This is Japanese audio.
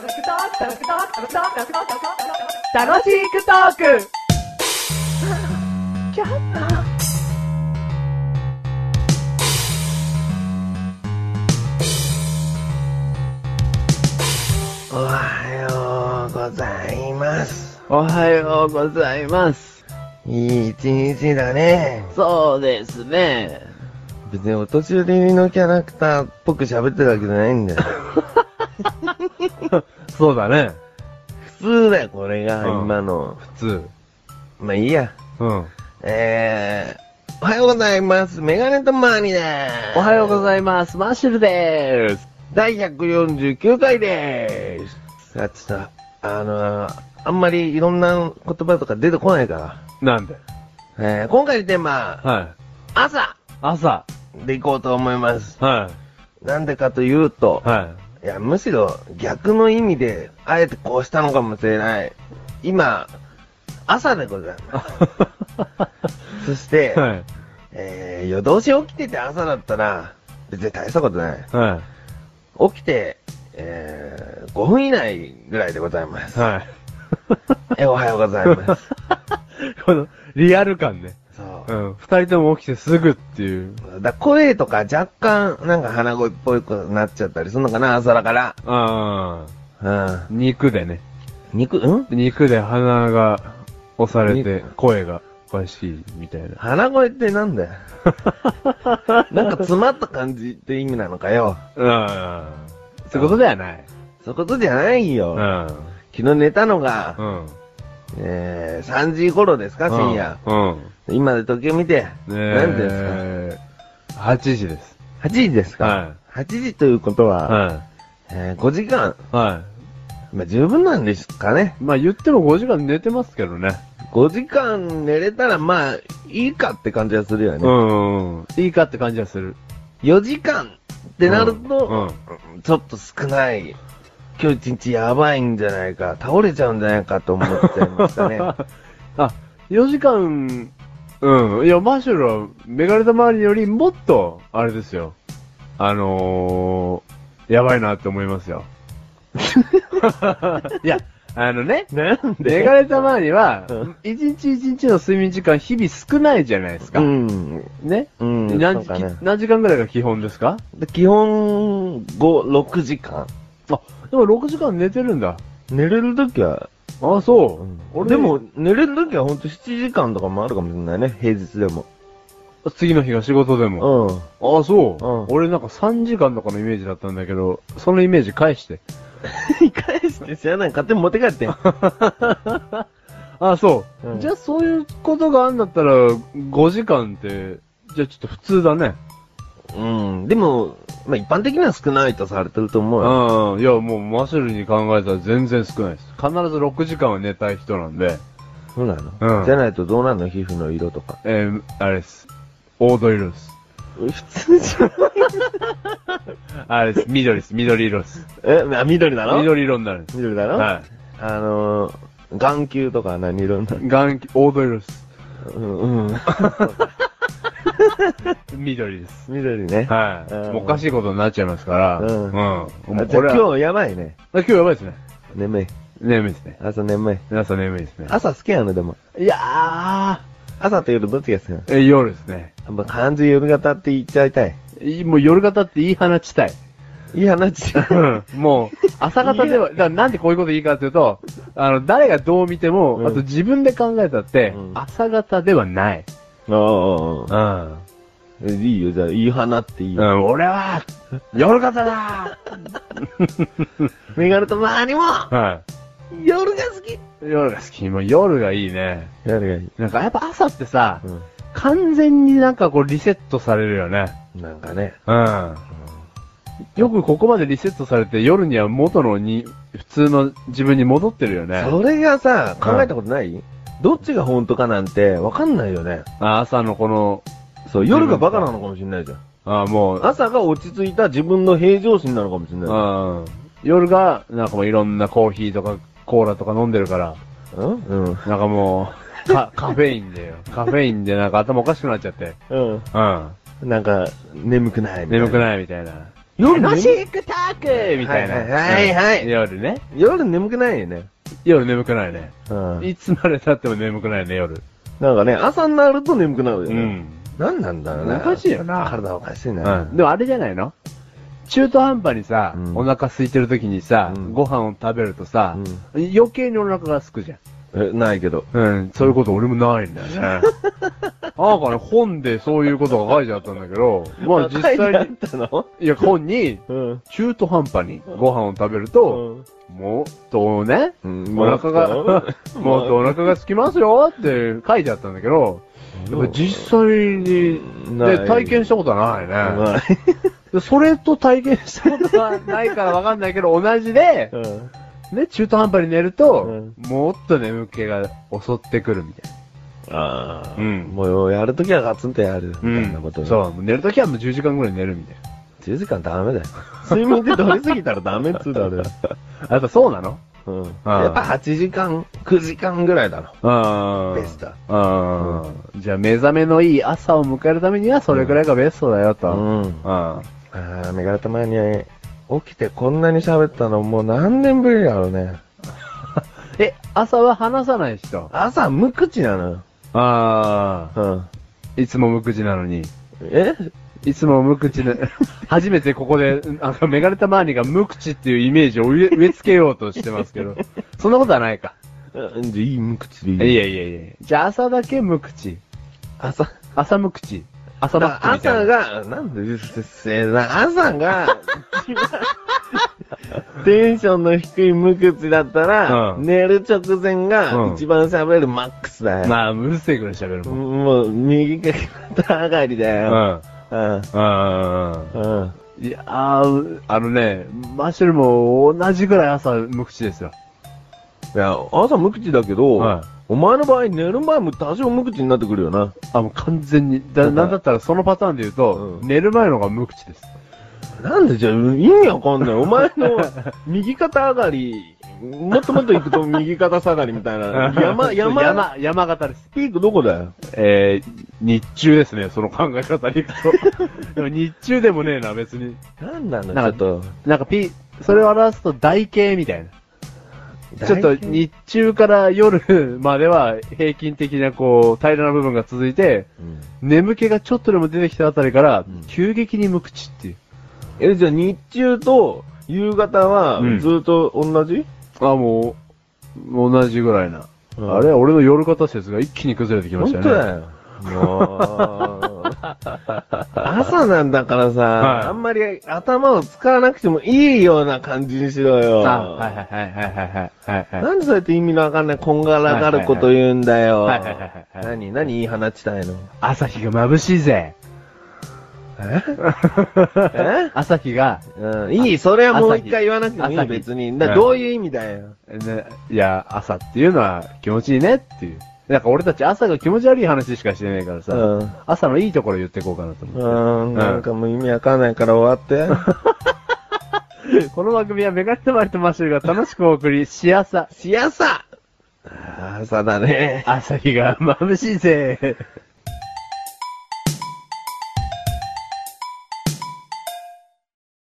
楽しくトークおはようございます。 おはようございます。 いい一日だね。 そうですね。 別にお年寄りのキャラクターっぽく喋ってるわけじゃないんだよ。 そうだね。 普通だよ、これが、今の。 普通。 まあいいや。 うん。 おはようございます。メガネとマーニーでーす。 おはようございます。マッシュルでーす。 第149回でーす。さあ、ちょっと、あんまりいろんな言葉とか出てこないかなんで？ ら。今回のテーマ、 はい。 朝朝。 で行こうと思います。 はなんでかというと、 い。はいや、むしろ逆の意味で、あえてこうしたのかもしれない。今、朝でございます。そして、 はい。 夜通し起きてて朝だったら、別に大したことない。 は起きて、5分以内ぐらいでございます。 い。はい。 おはようございます。 この、リアル感ね。 そうう。 ん。二人とも起きてすぐっていう。 だ声とか若干、なんか鼻声っぽいことになっちゃったりするのかな、朝だから。 あうん。 あ。肉でね。 肉で鼻が押されて、声がおかしいみたいな。 鼻声ってなんだよ。なんか詰まった感じって意味なのかよ。 うん。そういうことではない。 そういうことじゃないよ。 うん。 昨日寝たのが、 うん。 3時頃ですか、深夜。 うん。 今で時計見て、何時ですか？ 8時です。 8時ですか？ は 8時ということは、 は 5時間、 い。はまあ、十分なんですかね。 い。まあ言っても5時間寝てますけどね。 5時間寝れたらまあ、いいかって感じがするよね。 うん。いいかって感じはする。 4時間ってなると、 うんちょっと少ない。今日一日やばいんじゃないか、倒れちゃうんじゃないかと思っちゃいましたね。 あ、4時間、うん。いや、マッシュルは、メガネた周りよりもっと、あれですよ。やばいなって思いますよ。いや、 なんメでガネた周りはうん、 一日一日の睡眠時間日々少ないじゃないですか。 うん。 ね、 うん。 何そうかね何時間ぐらいが基本ですか？ で基本、6時間。 あ、でも6時間寝てるんだ。 寝れるときは、 あ、そう。俺でも、寝れるときはほんと7時間とかもあるかもしれないね、平日でも。 次の日が仕事でも。 うん。 あ、そう。 うん俺なんか3時間とかのイメージだったんだけど、そのイメージ返して。 返して知らない。勝手に持って帰ってん。 あ、そう、 うんじゃあそういうことがあるんだったら、5時間って、じゃあちょっと普通だね。 うん。でも、まあ、一般的には少ないとされてると思うよ。 うん。いや、もうマシュルに考えたら全然少ないです。必ず6時間は寝たい人なんで、 そうなの、 うんじゃないとどうなるの皮膚の色とか。 あれです。黄土色です。 普通じゃん。 あれです。緑です。緑色です。 緑なの緑色になるんです。 緑なのは眼球とか何色になるい。黄土色です。 うん。 緑です。 緑ね。 はい。 うんもうおかしいことになっちゃいますから。 うんもうあじゃあこれは今日やばいね。 今日やばいですね。 眠い。 眠いですね。 朝眠い。 朝眠いですね。 朝好きなのでも。 いや朝と夜どっちが好きなの夜ですね。 やっぱ漢字夜型って言っちゃいたい。 もう夜型って言い放ちたい。 いい話。 もう、朝方では、だからなんでこういうこと言いかっていうと、誰がどう見ても、 うんあと自分で考えたって、 うん朝方ではない。 ああ。 うん。 いいよ、じゃあ、いい花っていいよ。 俺は、夜型だメガネと周りも、 は夜が好き。 い。夜が好き。もう夜がいいね。 夜がいい。 なんかやっぱ朝ってさ、 う完全になんかこうリセットされるよね。 ん。なんかね。 うん。よくここまでリセットされて夜には元の普通の自分に戻ってるよね。 それがさ、考えたことないどっちが本当かなんてわかんないよね。 朝のこの、 そう、夜がバカなのかもしれないじゃん。 もう、 朝が落ち着いた自分の平常心なのかもしれない。 うん。夜が、なんかもういろんなコーヒーとかコーラとか飲んでるから、 うんなんかもう、カフェインでよ。カフェインでなんか頭おかしくなっちゃって。 うん。 うん。 なんか、眠くないみたいな。 眠くないみたいな。 夜楽しくタークみたいな。 はいはい。 夜ね。 夜眠くないよね。 夜眠くないね。 うん。 いつまで経っても眠くないね、夜。 なんかね、朝になると眠くなるよね。 うん。 なんなんだろうね。 おかしいよな。 体おかしいね。 うん。でもあれじゃないの？中途半端にさ、お腹空いてる時にさ、ご飯を食べるとさ、余計にお腹が空くじゃん。 ないけど。 うん、そういうこと俺もないんだよね。なんかね、本でそういうことが書いてあったんだけど、まあ実際に、いや、本に、中途半端にご飯を食べると、もっとね、お腹が、もっとお腹が空きますよって書いてあったんだけど、やっぱ実際に、で、体験したことはないね。それと体験したことはないからわかんないけど、同じで、ね、中途半端に寝ると、もっと眠気が襲ってくるみたいな。 ああ。もうやるときはガツンとやる。みたいなことね。 そう、寝るときはもう10時間ぐらい寝るみたいな。 10時間ダメだよ。睡眠って取りすぎたらダメっつうだろ。 やっぱそうなの？ やっぱ8時間、9時間ぐらいだろ。ベスト。 じゃあ目覚めのいい朝を迎えるためにはそれぐらいがベストだよと。 メガネたまに起きてこんなに喋ったのもう何年ぶりだろうね。 朝は話さない人。 朝無口なの。 いつも無口なのに。 いつも無口な、初めてここで、メガネたまーにが無口っていうイメージを植え付けようとしてますけど。そんなことはないか。 いい無口でいい。 いや。じゃあ朝だけ無口。朝無口。朝マックみたいな。 朝が、なんでうるせえな、朝が、テンションの低い無口だったら、寝る直前が一番喋るマックスだよ。 まあ、うるせえぐらい喋るもん。 もう、右肩上がりだよ。 いやマッシュルも同じぐらい朝無口ですよ。 いや、朝無口だけど、お前の場合寝る前も多少無口になってくるよな。 もう完全に。なんだったらそのパターンで言うと、寝る前のが無口です。 なんでじゃあ、意味わかんない。お前の右肩上がり、もっともっと行くと右肩下がりみたいな。 山形です。 ピークどこだよ。 日中ですね、その考え方でいくと。でも日中でもねえな、別に。 なんなのちょっと。 それを表すと台形みたいな。ちょっと日中から夜までは平均的なこう平らな部分が続いて、眠気がちょっとでも出てきたあたりから急激に無口っていう。 じゃあ日中と夕方はずっと同じ？ もう同じぐらいな。あれ俺の夜型説が一気に崩れてきましたね。 本当だよ。もう朝なんだからさ、あんまり頭を使わなくてもいいような感じにしろよ。なんでそうやって意味のわかんないこんがらがること言うんだよ。何言い放ちたいの？ 朝日が眩しいぜ。朝日が。 いい、それはもう一回言わなくてもいい、別に。どういう意味だよ。 いや、朝っていうのは気持ちいいねっていう。なんか俺たち朝が気持ち悪い話しかしてないからさ、朝のいいところ言っていこうかなと思って。 なんかもう意味わかんないから終わって。 この番組はメガネとマリとマッシュルが楽しくお送り、し朝だね。 朝日が眩しいぜ。